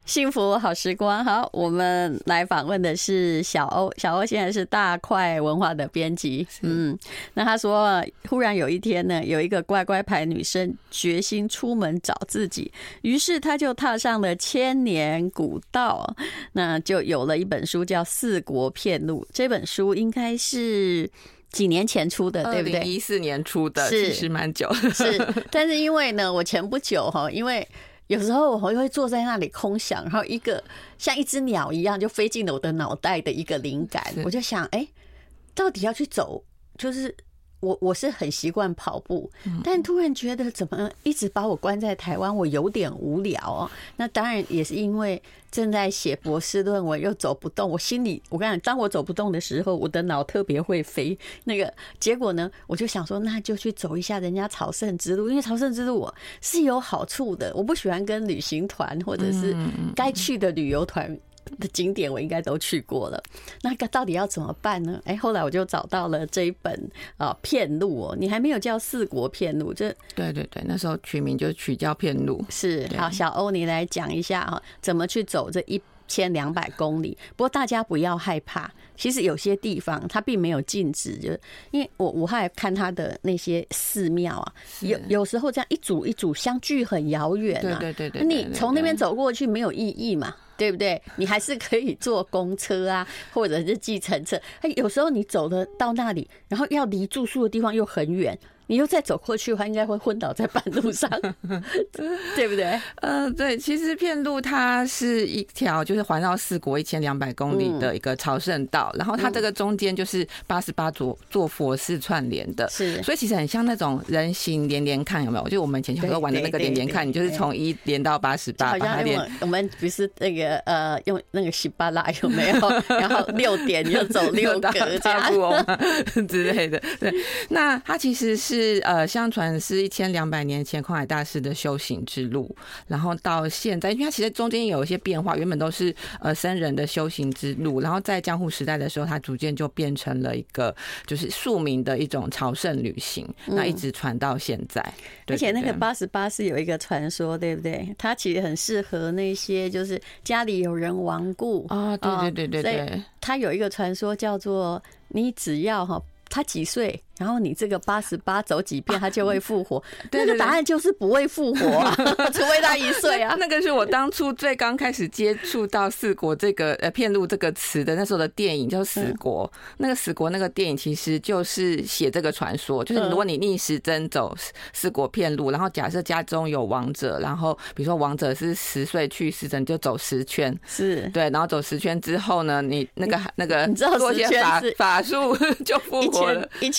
幸福好时光。好，我们来访问的是小欧。小欧现在是大块文化的编辑。那他说，忽然有一天呢，有一个乖乖牌女生决心出门找自己，于是她就踏上了千年古道，那就有了一本书叫《四国遍路》。这本书应该是几年前出的，对不对 ？2014年出的，其实蛮久。 是，但是因为呢，我前不久因为有时候我会坐在那里空想，然后一个像一只鸟一样就飞进了我的脑袋的一个灵感，我就想，到底要去走，就是我是很习惯跑步，但突然觉得怎么一直把我关在台湾，我有点无聊那当然也是因为正在写博士论文，又走不动。我心里，我跟你讲，当我走不动的时候，我的脑特别会飞。那个结果呢，我就想说，那就去走一下人家朝圣之路，因为朝圣之路我是有好处的。我不喜欢跟旅行团或者是该去的旅游团的景点我应该都去过了，那到底要怎么办呢？后来我就找到了这一本遍路你还没有叫四国遍路，这对对对，那时候取名就取叫遍路。是， 好，小欧你来讲一下怎么去走这1200公里。不过大家不要害怕，其实有些地方它并没有禁止，就是因为我还看它的那些寺庙有时候这样一组一组相距很遥远对对对， 你从那边走过去没有意义嘛，对不对？你还是可以坐公车啊，或者是计程车。有时候你走的到那里，然后要离住宿的地方又很远，你又再走过去的话，应该会昏倒在半路上，对不对？ 对，其实遍路它是一条就是环绕四国1200公里的一个朝圣道，然后它这个中间就是88座佛寺串联的，是，所以其实很像那种人行连连看，有没有？就我们以前小时候玩的那个连连看，你就是从1连到88， 好像我们不是那个用那个喜巴拉有没有？然后6点就走6格这样之类的。对，那它其实是相传是1200年前空海大师的修行之路，然后到现在，因为它其实中间有一些变化，原本都是僧人的修行之路，然后在江户时代的时候，它逐渐就变成了一个就是庶民的一种朝圣旅行，那一直传到现在。 而且那个88是有一个传说，对不对？它其实很适合那些就是家里有人亡故对对对对对。 它有一个传说叫做你只要他几岁，然后你这个88走几遍，他就会复活。那个答案就是不会复活除非他1岁啊。 那个是我当初最刚开始接触到四国这个遍路这个词的那时候的电影，叫《死国》。那个《死国》那个电影其实就是写这个传说，就是如果你逆时针走四国遍路，然后假设家中有亡者，然后比如说亡者是10岁去世的，你就走10圈，是对，然后走10圈之后呢，你那个做一些法术就复活。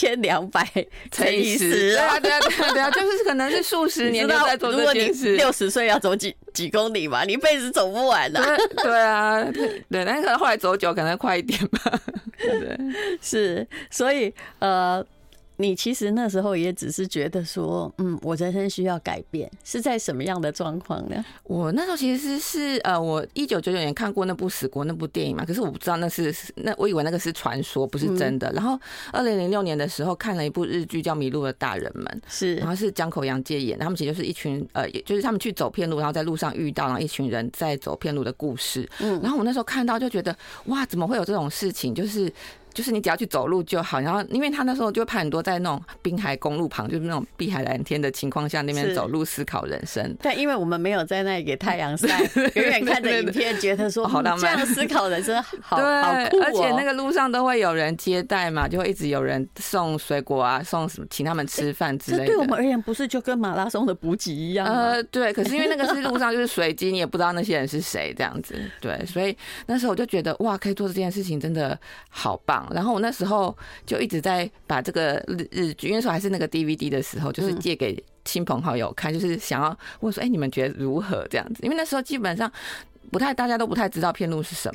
1200乘以10， 对啊，就是可能是数十年就在做这件事。 如果你60岁要走几公里嘛，你一辈子走不完的。 对啊，对，但可能后来走久，可能快一点吧。对， 是，所以你其实那时候也只是觉得说，我人生需要改变，是在什么样的状况呢？ 我那时候其实是我1999年看过那部《死国》那部电影嘛，可是我不知道我以为那个是传说，不是真的。然后2006年的时候看了一部日剧叫《迷路的大人们》，是，然后是江口洋介演，他们其实就是一群就是他们去走遍路，然后在路上遇到，然后一群人在走遍路的故事。然后我那时候看到就觉得，哇，怎么会有这种事情？就是你只要去走路就好，然后因为他那时候就拍很多在那种滨海公路旁，就是那种碧海蓝天的情况下那边走路思考人生。 但因为我们没有在那里给太阳晒，远远看着影片觉得说，这样思考人生好酷而且那个路上都会有人接待嘛，就会一直有人送水果啊，送什么请他们吃饭之类的。 这对我们而言不是就跟马拉松的补给一样吗？ 对，可是因为那个是路上就是随机，你也不知道那些人是谁这样子。对，所以那时候我就觉得哇，可以做这件事情真的好棒。然后我那时候就一直在把这个日剧，因为那时候还是那个 DVD 的时候，就是借给亲朋好友看，就是想要问说，你们觉得如何这样子？因为那时候基本上大家都不太知道遍路是什么。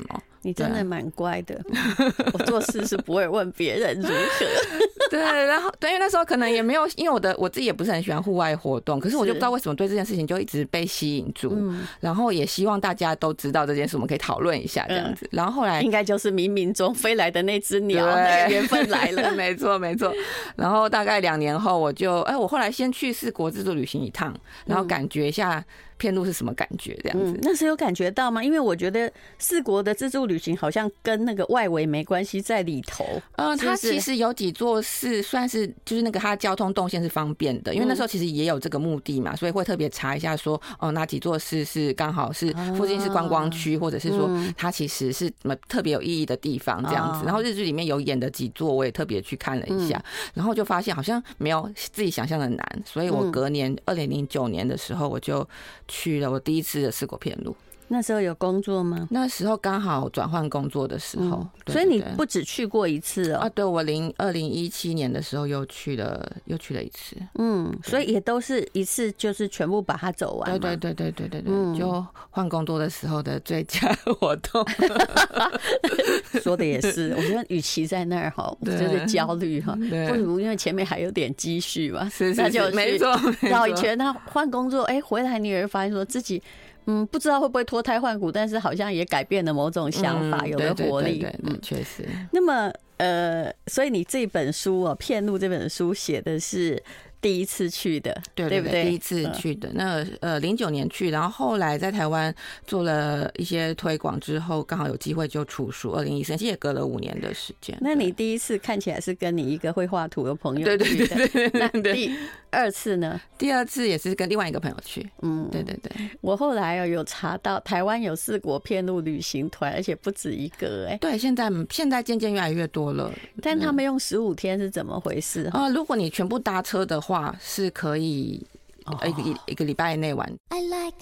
你真的蛮乖的。我做事是不会问别人如何。 对，然后对，因为那时候可能也没有，因为我自己也不是很喜欢户外活动，可是我就不知道为什么对这件事情就一直被吸引住，然后也希望大家都知道这件事，我们可以讨论一下这样子。然后后来应该就是冥冥中飞来的那只鸟，那个缘分来了。 没错没错。然后大概2年后，我后来先去4国自助旅行一趟，然后感觉一下遍路是什么感觉这样子。 那时候有感觉到吗？因为我觉得4国的自助旅行好像跟那个外围没关系，在里头。 它其实有几座是算是就是那个它交通动线是方便的，因为那时候其实也有这个目的嘛，所以会特别查一下说哪几座是刚好是附近是观光区，或者是说它其实是特别有意义的地方这样子。然后日剧里面有演的几座，我也特别去看了一下，然后就发现好像没有自己想象的难，所以我隔年2009年的时候我就去了我第一次的4国遍路。 那时候有工作吗？ 那时候刚好转换工作的时候， 所以你不只去过一次哦。 对，我2017年的时候又去了一次。 所以也都是一次就是全部把它走完。 对，就换工作的时候的最佳活动。 说的也是，我觉得与其在那儿哈，就是焦虑哈，不如因为前面还有点积蓄嘛，那就没错。 绕一圈，他换工作，回来你也会发现说自己。不知道会不会脱胎换骨，但是好像也改变了某种想法，有了活力。 确实。 那么所以你这本书《遍路》这本书写的是第一次去的，对不对？ 第一次去的。那09年去，然后后来在台湾做了一些推广之后，刚好有机会就出书。2013，其实也隔了5年的时间。 那你第一次看起来是跟你一个会画图的朋友去的， 对。 那第2次呢？ 第2次也是跟另外一个朋友去。对。 我后来有查到台湾有4国遍路旅行团，而且不止一个。 对，现在渐渐越来越多了。 但他们用15天是怎么回事？ 如果你全部搭车的话，是可以一个礼拜内完。I like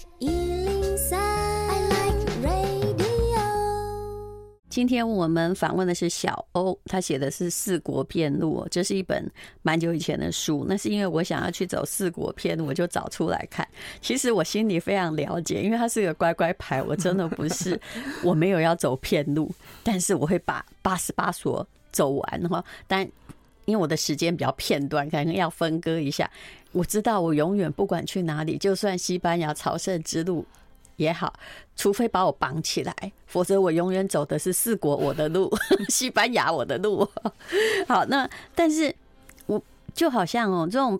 103, I like radio。 今天我们访问的是小欧，他写的是4国遍路，这是一本蛮久以前的书。那是因为我想要去走4国遍路，我就找出来看。其实我心里非常了解，因为他是个乖乖牌，我真的不是，我没有要走遍路，但是我会把88所走完哈。但因为我的时间比较片段，可能要分割一下。我知道我永远不管去哪里，就算西班牙朝圣之路也好，除非把我绑起来，否则我永远走的是4国我的路，西班牙我的路。好，那但是我就好像这种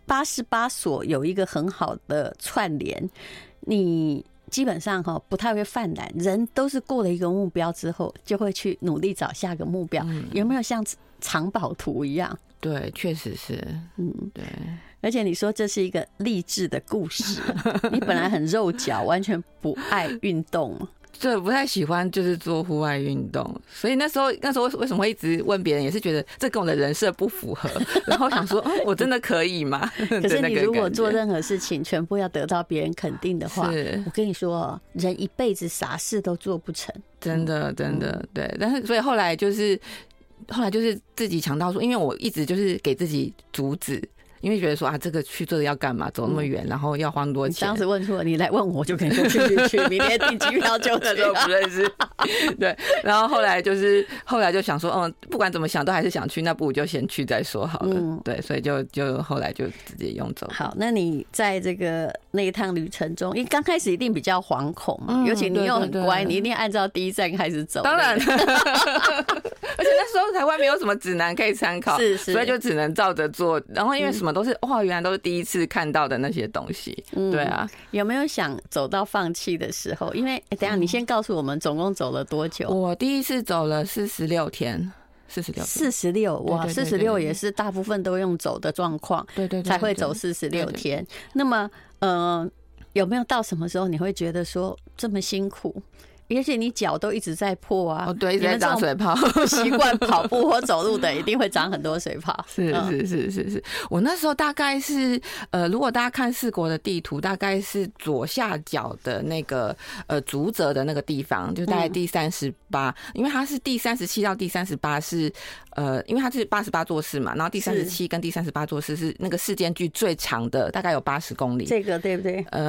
88所有一个很好的串联，你基本上不太会犯懒，人都是过了一个目标之后，就会去努力找下个目标。有没有像藏宝图一样？ 对，确实是。对。 而且你说这是一个励志的故事，你本来很肉脚，完全不爱运动。 对，不太喜欢就是做户外运动，所以那时候为什么会一直问别人，也是觉得这跟我的人设不符合，然后想说，我真的可以吗？ 可是你如果做任何事情全部要得到别人肯定的话，我跟你说，人一辈子啥事都做不成， 真的，对。但是所以后来就是自己强调说，因为我一直就是给自己阻止。因为觉得说这个去这个要干嘛，走那么远，然后要花那么多钱。 你当时问错，你来问我就可以说去，明天订机票就去。 那时候不认识，对。然后后来就想说，不管怎么想都还是想去，那不如就先去再说好了。对，所以就后来就直接用走。 好，那你在那一趟旅程中，因为刚开始一定比较惶恐嘛，尤其你又很乖，你一定按照第一站开始走。 当然，而且那时候台湾没有什么指南可以参考，所以就只能照着做。然后因为什么都是原来都是第一次看到的那些东西。对啊，有没有想走到放弃的时候？因为等一下你先告诉我们总共走了多久？ 我第一次走了46天。 46哇，46也是大部分都用走的状况，对，才会走46天。那么有没有到什么时候你会觉得说这么辛苦？而且你脚都一直在破啊！ 对，一直在长水泡。 习惯跑步或走路的，一定会长很多水泡。 是。我那时候大概是如果大家看4国的地图，大概是左下角的那个竹泽的那个地方，就大概第38，因为它是第37到第38是因为它是88座次嘛，然后第37跟第38座次是那个世间距最长的，大概有80公里。 这个对不对？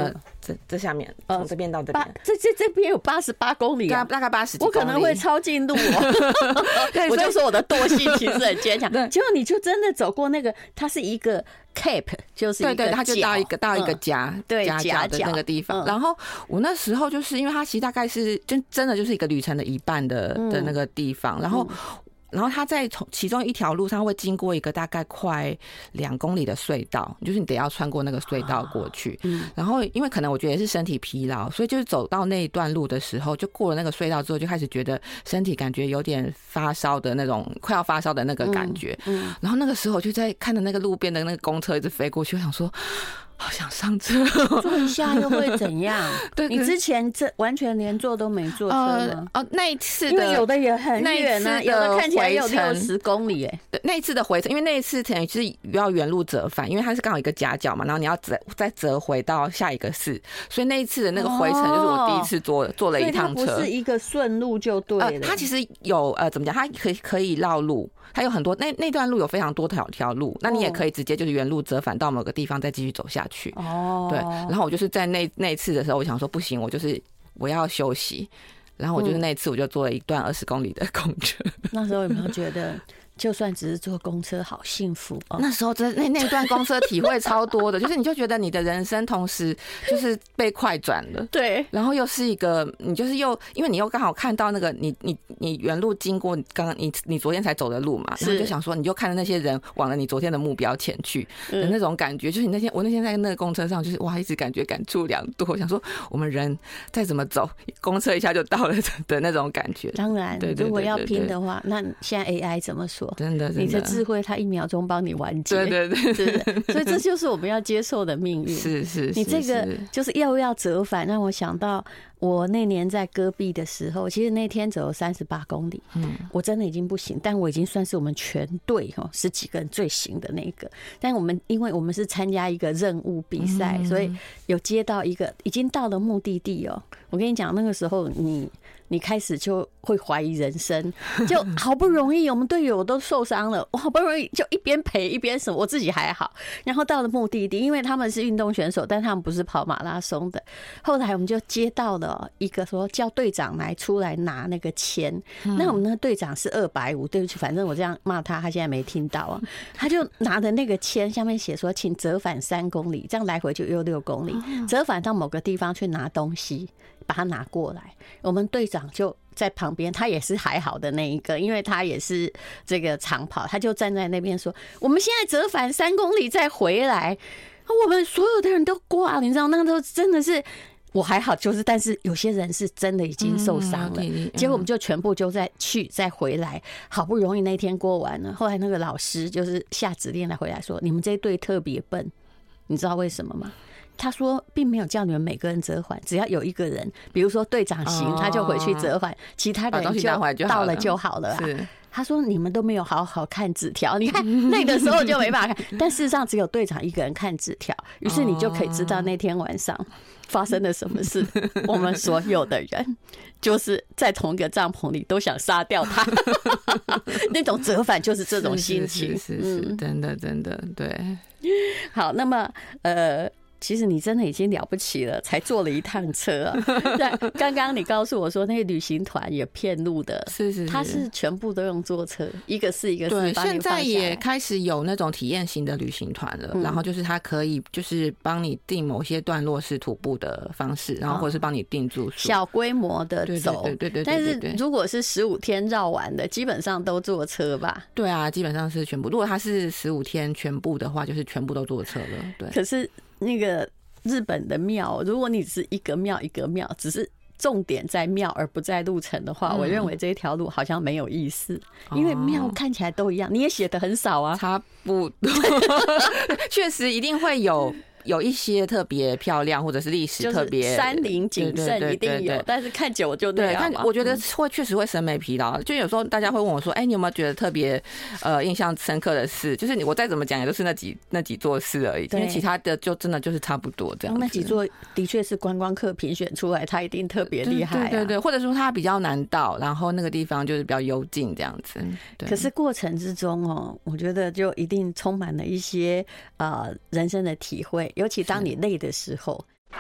这下面从这边到这边， 这边有88公里啊， 大概80几公里， 我可能会超近路我就说我的惰性其实很坚强，结果你就真的走过那个，它是一个 cape， 就是一个对，它就到一个夹角的那个地方。然后我那时候就是因为它其实大概是真的就是一个旅程的一半的那个地方，然后它在其中一条路上会经过一个大概快2公里的隧道，就是你得要穿过那个隧道过去。然后因为可能我觉得是身体疲劳，所以就是走到那一段路的时候，就过了那个隧道之后，就开始觉得身体感觉有点发烧的那种，快要发烧的那个感觉。然后那个时候我就在看着那个路边的那个公车一直飞过去，我想说好想上车， 坐一下又会怎样？对，你之前完全连坐都没坐车吗？ 那一次的， 因为有的也很远啊，有的看起来有60公里对，那一次的回程，因为那一次等于是要原路折返，因为它是刚好一个夹角嘛，然后你要再折回到下一个市，所以那一次的那个回程就是我第一次坐了一趟车， 它不是一个顺路就对了。 它其实有怎么讲？它可以绕路。它有很多那段路有非常多条路，那你也可以直接就是原路折返到某个地方再继续走下去。对。然后我就是在那一次的时候，我想说不行，我要休息。然后我就是那一次我就坐了一段20公里的公车。 那时候有没有觉得？就算只是坐公车，好幸福哦！ 那时候那段公车体会超多的，就是你就觉得你的人生同时就是被快转了， 对， 然后又是一个你就是因为你又刚好看到那个你原路经过刚刚你昨天才走的路嘛，然后就想说你就看着那些人往了你昨天的目标前去的那种感觉，就是我那天在那个公车上，就是哇，一直感觉感触良多，想说我们人再怎么走，公车一下就到了的那种感觉。 当然，如果要拼的话，那现在 AI 怎么说？ 真的， 你的智慧它1秒钟帮你完结， 对， 所以这就是我们要接受的命运。 是， 你这个就是要折返，让我想到我那年在戈壁的时候，其实那天走了38公里，我真的已经不行，但我已经算是我们全队10几个人最行的那个。但因为我们是参加一个任务比赛，所以有接到一个已经到了目的地哦。我跟你讲，那个时候你开始就会怀疑人生，就好不容易我们队友都受伤了，我好不容易就一边陪一边什么，我自己还好。然后到了目的地，因为他们是运动选手，但他们不是跑马拉松的。后来我们就接到了一个说叫队长出来拿那个签，那我们那个队长是250，对不起，反正我这样骂他，他现在没听到啊。他就拿的那个签下面写说，请折返3公里，这样来回就又6公里，折返到某个地方去拿东西。把它拿过来，我们队长就在旁边，他也是还好的那一个，因为他也是这个长跑，他就站在那边说：“我们现在折返3公里再回来。”我们所有的人都挂了，你知道，那时候真的是我还好，但是有些人是真的已经受伤了，结果我们就全部就再回来，好不容易那天过完了。后来那个老师就是下指令来回来说：“你们这一队特别笨，你知道为什么吗？”他说并没有叫你们每个人折返，只要有一个人，比如说队长行，他就回去折返，其他人就到了就好了啊。他说你们都没有好好看纸条，你看那个时候就没办法看，但事实上只有队长一个人看纸条，于是你就可以知道那天晚上发生了什么事。我们所有的人就是在同一个帐篷里都想杀掉他，那种折返就是这种心情， 是真的对。 好，那么其实你真的已经了不起了，才坐了一趟车啊！刚刚你告诉我说，那个旅行团也骗路的， 是， 他是全部都用坐车，一个是对，现在也开始有那种体验型的旅行团了，然后就是他可以就是帮你定某些段落是徒步的方式，然后或者是帮你定住宿， 小规模的走， 对。 但是如果是15天绕完的，基本上都坐车吧？ 对啊，基本上是全部。如果他是15天全部的话，就是全部都坐车了。对， 可是。那个日本的庙，如果你是一个庙一个庙，只是重点在庙而不在路程的话，我认为这一条路好像没有意思，因为庙看起来都一样。你也写得很少啊， 差不多，确实一定会有一些特别漂亮，或者是历史特别山林景胜一定有，但是看久我就对， 我觉得确实会审美疲劳。就有时候大家会问我说：“哎，你有没有觉得特别印象深刻的事？”就是我再怎么讲，也都是那几座事而已，因为其他的就真的就是差不多这样。 那几座的确是观光客评选出来，它一定特别厉害， 对，或者说它比较难到，然后那个地方就是比较幽静这样子。 可是过程之中我觉得就一定充满了一些人生的体会。尤其当你累的时候。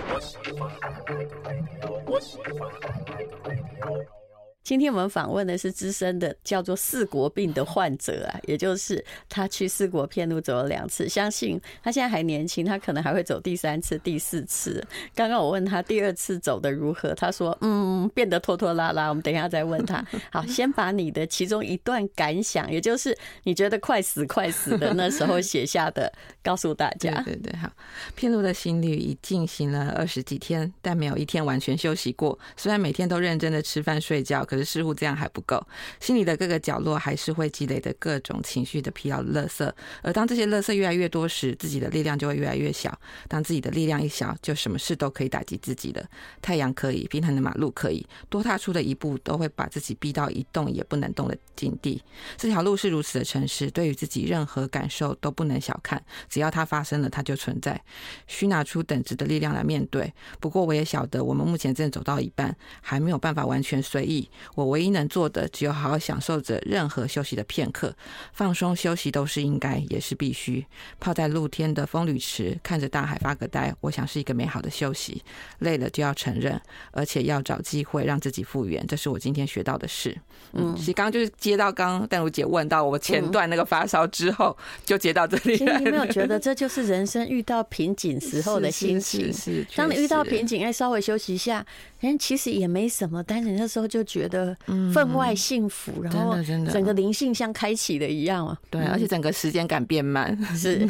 今天我们访问的是资深的叫做四国病的患者啊，也就是他去四国遍路走了2次，相信他现在还年轻，他可能还会走第3次、第4次。刚刚我问他第2次走的如何，他说变得拖拖拉拉，我们等一下再问他。好，先把你的其中一段感想，也就是你觉得快死的那时候写下的告诉大家。 对，好。遍路的行旅已进行了20几天，但没有一天完全休息过，虽然每天都认真的吃饭睡觉，可是似乎这样还不够，心里的各个角落还是会积累的各种情绪的疲劳垃圾，而当这些垃圾越来越多时，自己的力量就会越来越小，当自己的力量一小，就什么事都可以打击自己了。太阳可以，平坦的马路可以，多踏出的一步都会把自己逼到一动也不能动的境地。这条路是如此的诚实，对于自己任何感受都不能小看，只要它发生了，它就存在，需拿出等值的力量来面对。不过我也晓得，我们目前正走到一半，还没有办法完全随意，我唯一能做的只有好好享受着任何休息的片刻，放松休息都是应该也是必须。泡在露天的风吕池，看着大海发个呆，我想是一个美好的休息。累了就要承认，而且要找机会让自己复原，这是我今天学到的事。其实刚刚就是接到刚淡如姐问到我前段那个发烧之后，就接到这里。 其实你没有觉得这就是人生遇到瓶颈时候的心情？ 是当你遇到瓶颈，稍微休息一下，其实也没什么，但是那时候就觉得分外幸福，然后整个灵性像开启的一样啊。 对，而且整个时间感变慢， 是，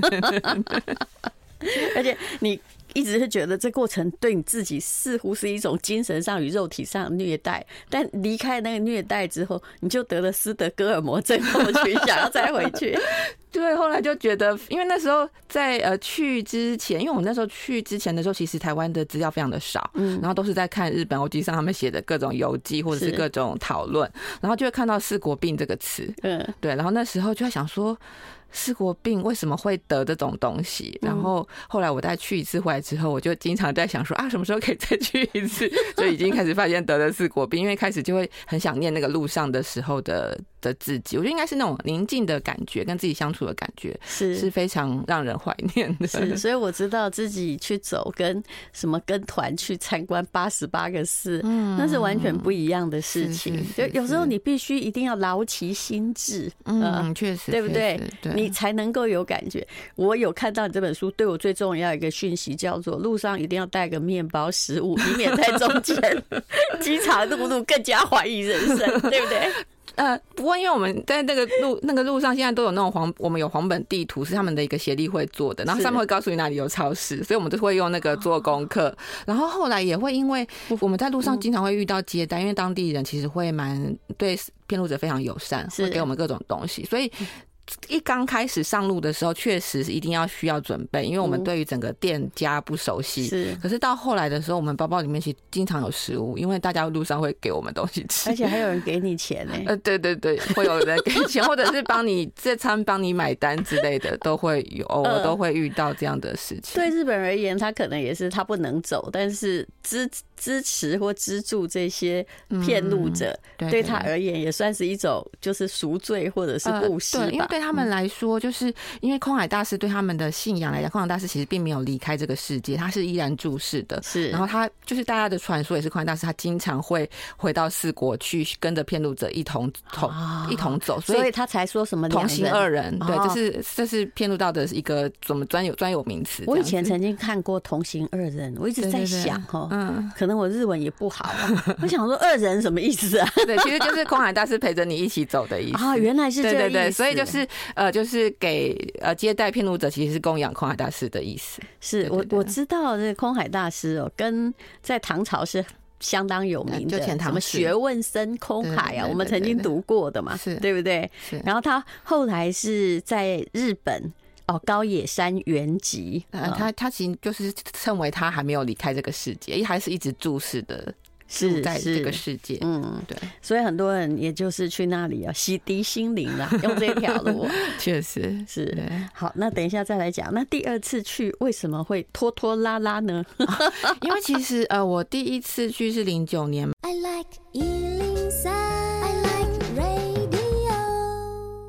而且你一直是觉得这过程对你自己似乎是一种精神上与肉体上的虐待，但离开那个虐待之后，你就得了斯德哥尔摩症候群，想要再回去。 对，后来就觉得，因为那时候在去之前，因为我们那时候去之前的时候，其实台湾的资料非常的少，然后都是在看日本欧记上他们写的各种游记或者是各种讨论，然后就会看到四国病这个词，对，然后那时候就在想说，四国病为什么会得这种东西？然后后来我再去1次回来之后，我就经常在想说什么时候可以再去1次？就已经开始发现得了四国病，因为开始就会很想念那个路上的时候的自己。我觉得应该是那种宁静的感觉，跟自己相处的感觉，是非常让人怀念的。 是，所以我知道自己去走跟团去参观88个寺，那是完全不一样的事情。就有时候你必须一定要劳其心志， 确实， 对不对？你才能够有感觉。我有看到你这本书，对我最重要一个讯息叫做：路上一定要带个面包食物，以免在中间饥肠辘辘，更加怀疑人生，对不对？ 不过因为我们在那个路上现在都有那种我们有黄本地图，是他们的一个协力会做的，然后上面会告诉你哪里有超市，所以我们都会用那个做功课。然后后来也会因为我们在路上经常会遇到接待，因为当地人其实会蛮对遍路者非常友善，会给我们各种东西，所以一刚开始上路的时候，确实是一定要需要准备，因为我们对于整个店家不熟悉。可是到后来的时候，我们包包里面其实经常有食物，因为大家路上会给我们东西吃， 而且还有人给你钱呢。 对，会有人给钱，或者是帮你这餐帮你买单之类的，都会有，偶尔都会遇到这样的事情。 对日本人而言，他可能也是他不能走，但是支持或资助这些骗路者，对他而言也算是一种就是赎罪或者是布施吧。 因为对他们来说，就是因为空海大师对他们的信仰来讲，空海大师其实并没有离开这个世界，他是依然住世的。然后他就是大家的传说也是空海大师，他经常会回到四国去跟着骗路者一同走， 所以他才说什么同行2人。对，这是骗路道的一个什么专有名词。 我以前曾经看过同行2人，我一直在想可能我日文也不好，我想说2人什么意思啊？ 对，其实就是空海大师陪着你一起走的意思啊，原来是这个意思。 对，所以就是给接待骗路者，其实是供养空海大师的意思。 是我知道这空海大师跟在唐朝是相当有名的，什么学问僧空海啊，我们曾经读过的嘛，对不对？然后他后来是在日本。高野山圆寂， 他其实就是称为他还没有离开这个世界，还是一直注视的。住在这个世界，对， 所以很多人也就是去那里洗涤心灵啦，用这条路， 确实是。好，那等一下再来讲。那第2次去为什么会拖拖拉拉呢？ 因为其实我第1次去是09年。I like 103, I like radio。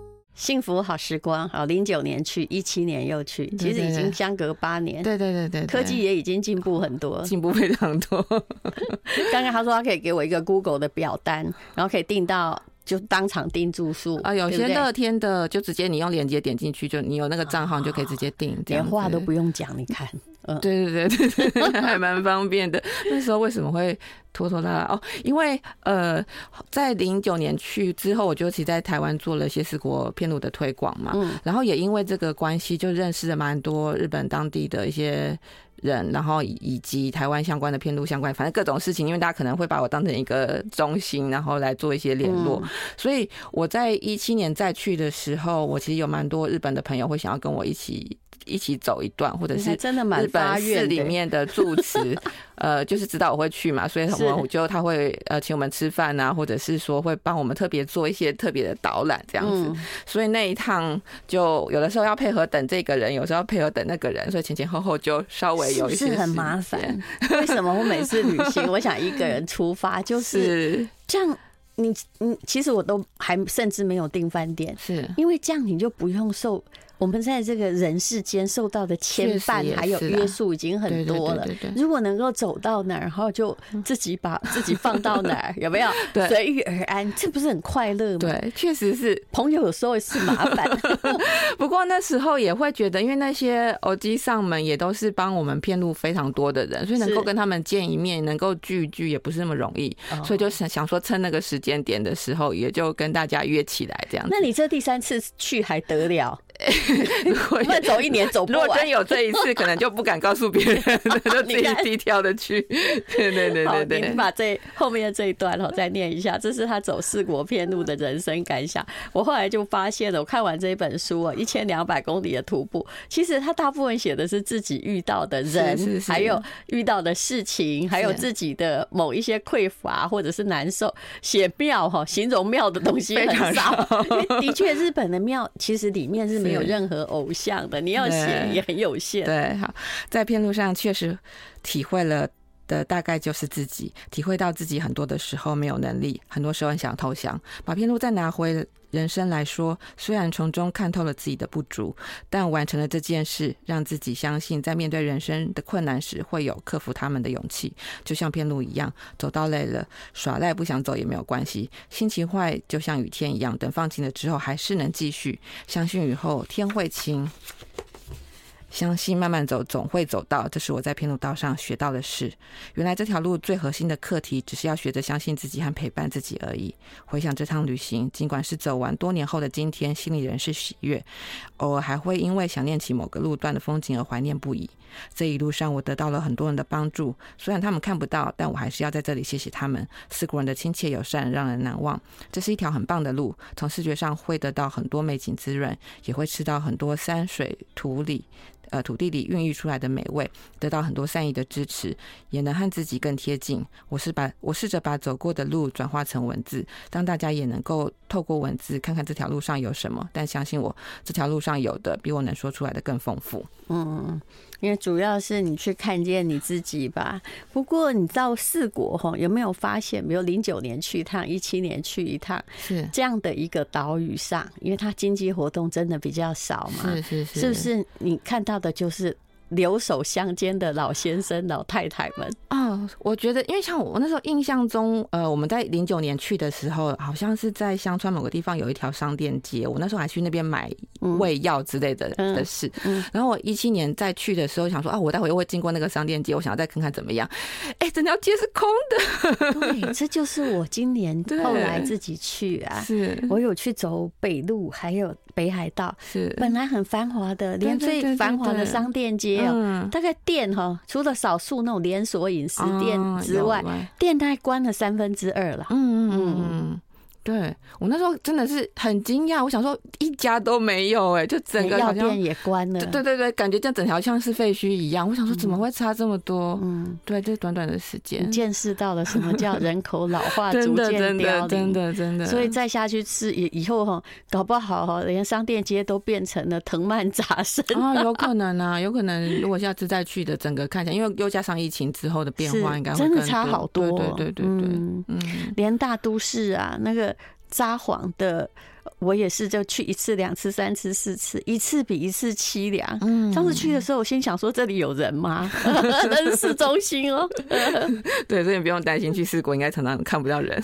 幸福好时光，好09年去，17年又去，其实已经相隔8年。 对， 科技也已经进步很多， 进步非常多。 刚刚他说他可以给我一个 Google 的表单，然后可以订到。就当场订住宿啊，有些乐天的就直接你用链接点进去，就你有那个账号，你就可以直接订， 连话都不用讲。你看， 对，还蛮方便的。那时候为什么会拖拉拉？哦，因为在09年去之后，我就其实在台湾做了谢世国片路的推广嘛，然后也因为这个关系，就认识了蛮多日本当地的一些人，然后以及台湾相关的片路相关，反正各种事情，因为大家可能会把我当成一个中心，然后来做一些联络，所以我在17年再去的时候，我其实有蛮多日本的朋友会想要跟我一起走一段，或者是日本市里面的住持，就是知道我会去嘛，所以他会请我们吃饭啊，或者是说会帮我们特别做一些特别的导览这样子。所以那一趟就有的时候要配合等这个人，有时候要配合等那个人，所以前后就稍微有一些是很麻烦。为什么我每次旅行，我想一个人出发，就是这样。你其实我都还甚至没有订饭店，是因为这样你就不用受我们在这个人世间受到的牵绊还有约束已经很多了。如果能够走到哪儿，然后就自己把自己放到哪儿，有没有随遇而安？这不是很快乐吗？ 对，确实是。 朋友有时候是麻烦， 不过那时候也会觉得，因为那些欧基上们也都是帮我们骗路非常多的人，所以能够跟他们见一面，能够聚一聚也不是那么容易，所以就想说趁那个时间点的时候，也就跟大家约起来这样子。 那你这第3次去还得了？如果走1年走不完， 如果真有这一次，可能就不敢告诉别人，就自己低调的去。对， 你把后面的这一段再念一下，这是他走4国片路的人生感想。我后来就发现了，我看完这一本书1200公里的徒步，其实他大部分写的是自己遇到的人，还有遇到的事情，还有自己的某一些匮乏或者是难受。写庙形容庙的东西很少，的确日本的庙其实里面是没有任何偶像的，你要写也很有限。 对，好，在片路上确实体会了的大概就是自己体会到自己很多的时候没有能力，很多时候很想投降，把片路再拿回人生来说，虽然从中看透了自己的不足，但完成了这件事，让自己相信在面对人生的困难时会有克服他们的勇气。就像片路一样，走到累了耍赖不想走也没有关系，心情坏就像雨天一样，等放晴了之后还是能继续，相信雨后天会晴，相信慢慢走总会走到，这是我在片路道上学到的事。原来这条路最核心的课题只是要学着相信自己和陪伴自己而已。回想这趟旅行，尽管是走完多年后的今天，心里仍是喜悦，偶尔还会因为想念起某个路段的风景而怀念不已。这一路上我得到了很多人的帮助，虽然他们看不到，但我还是要在这里谢谢他们。4国人的亲切友善让人难忘，这是一条很棒的路，从视觉上会得到很多美景滋润，也会吃到很多山水土地里孕育出来的美味，得到很多善意的支持，也能和自己更贴近。我试着把走过的路转化成文字，让大家也能够透过文字看看这条路上有什么，但相信我，这条路上有的比我能说出来的更丰富。 因为主要是你去看见你自己吧。不过你到4国有没有发现，比如09年去一趟，17年去一趟，是这样的一个岛屿上，因为它经济活动真的比较少嘛，是不是你看到的就是留守乡间的老先生老太太们？ 我觉得因为像我那时候印象中我们在09年去的时候，好像是在香川某个地方有一条商店街，我那时候还去那边买胃药之类的事。然后我17年再去的时候想说我待会又会经过那个商店街，我想要再看看怎么样。整条街是空的。 对，这就是我今年后来自己去啊，我有去走北路还有北海道，是本来很繁华的，连最繁华的商店街大概店除了少数那种连锁饮食店之外，店大概关了2/3了。 对，我那时候真的是很惊讶，我想说一家都没有就整个好像药店也关了。 对，感觉这整条像是废墟一样。我想说怎么会差这么多？对，这短短的时间， 见识到了什么叫人口老化逐渐凋零，真的。所以再下去吃以后搞不好连商店街都变成了藤蔓杂生。 有可能啊，有可能。如果下次再去的整个看起来，因为又加上疫情之后的变化，应该会真的差好多。 对， 连大都市啊，那个札幌的我也是，就去1次、2次、3次、4次，一次比一次凄凉。上次去的时候，我心想说这里有人吗？那是市中心哦。 对，所以你不用担心，去4国应该常常看不到人。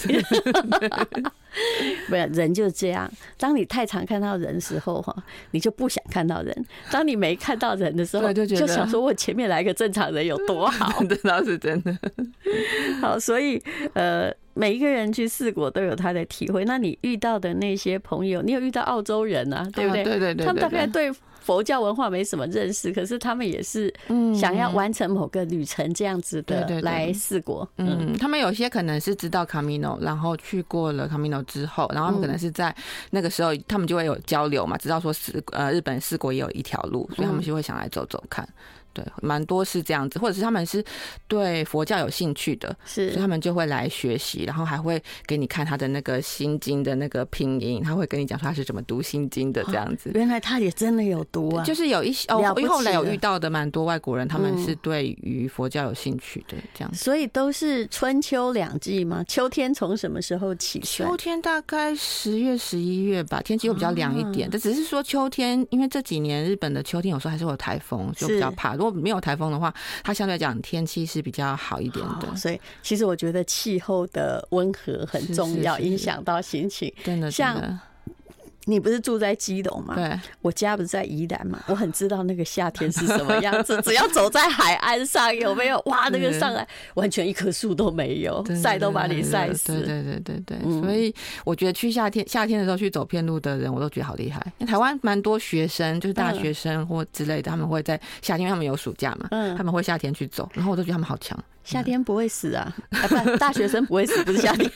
不是，人就是这样。当你太常看到人的时候，你就不想看到人；当你没看到人的时候，就想说我前面来个正常人有多好。 这倒是真的。 好，所以每一个人去4国都有他的体会。那你遇到的那些朋友，你有遇到澳洲人啊，对不对？ 对对对， 他们大概对佛教文化没什么认识，可是他们也是想要完成某个旅程这样子的来4国。 他们有些可能是知道 Camino， 然后去过了 Camino 之后，然后他们可能是在那个时候，他们就会有交流嘛，知道说日本4国也有一条路，所以他们就会想来走走看。对，蛮多是这样子，或者是他们是对佛教有兴趣的，所以他们就会来学习，然后还会给你看他的那个心经的那个拼音，他会跟你讲说他是怎么读心经的这样子。 原来他也真的有读啊， 就是有一些后来有遇到的蛮多外国人，他们是对于佛教有兴趣的这样子。 所以都是春秋2季吗？秋天从什么时候起算？ 秋天大概10月、11月吧，天气会比较凉一点。但只是说秋天，因为这几年日本的秋天有时候还是会有台风，就比较怕。如果没有台风的话，它相对来讲天气是比较好一点的。 所以其实我觉得气候的温和很重要，影响到心情。 真的，像你不是住在基隆吗？ 对， 我家不是在宜兰嘛，我很知道那个夏天是什么样子。只要走在海岸上，有没有哇？那个上来完全一棵树都没有，晒都把你晒死。 对，所以我觉得去夏天的时候去走遍路的人，我都觉得好厉害。台湾蛮多学生，就是大学生或之类的，他们会在夏天，因为他们有暑假嘛，他们会夏天去走，然后我都觉得他们好强。 夏天不会死啊，不，大学生不会死，不是夏天。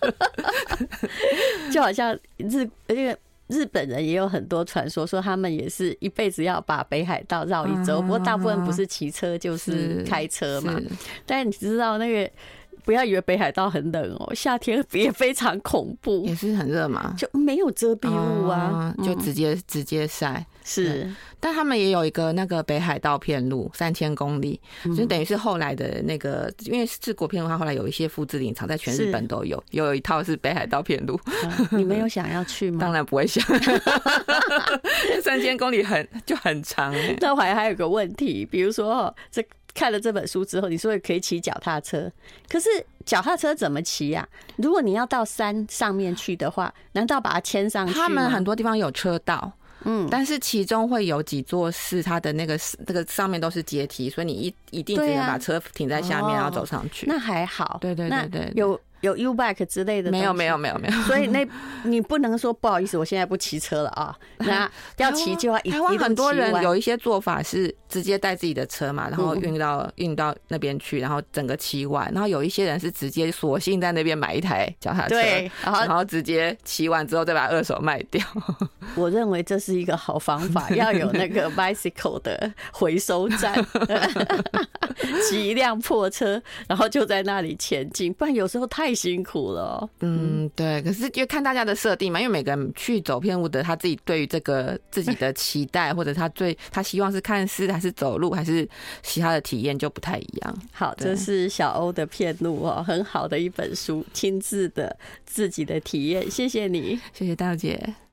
就好像日本人也有很多传说，说他们也是一辈子要把北海道绕一周，不过大部分不是骑车就是开车嘛。但你知道那个，不要以为北海道很冷哦，夏天也非常恐怖， 也是很热嘛， 就没有遮蔽物啊， 就直接晒。 是， 但他们也有一个那个北海道片路3000公里，就等于是后来的那个，因为4国片路它后来有一些复制林场，在全日本都有一套是北海道片路。 你们有想要去吗？ 当然不会想，3000公里就很长。 那我还有个问题，比如说看了这本书之后，你说可以骑脚踏车，可是脚踏车怎么骑啊？如果你要到山上面去的话，难道把它牵上去吗？ 他们很多地方有车道。但是其中会有几座是它的那个上面都是阶梯，所以你一定只能把车停在下面，然后走上去。 那还好。 对， 有 U-bike 之类的东西？ 没有。 所以你不能说不好意思，我现在不骑车了啊。那要骑就要台湾很多人有一些做法是直接带自己的车嘛，然后运到那边去，然后整个骑完。然后有一些人是直接索性在那边买一台脚踏车， 对， 然后直接骑完之后再把二手卖掉。 我认为这是一个好方法，要有那个 bicycle 的回收站，骑一辆破车，然后就在那里前进，不然有时候太辛苦了。 对。可是就看大家的设定嘛，因为每个人去走遍路的，他自己对于这个自己的期待，或者他希望是看诗还是走路还是其他的体验就不太一样。 好，这是小欧的片路哦，很好的一本书，亲自的自己的体验。谢谢你， 谢谢大姐。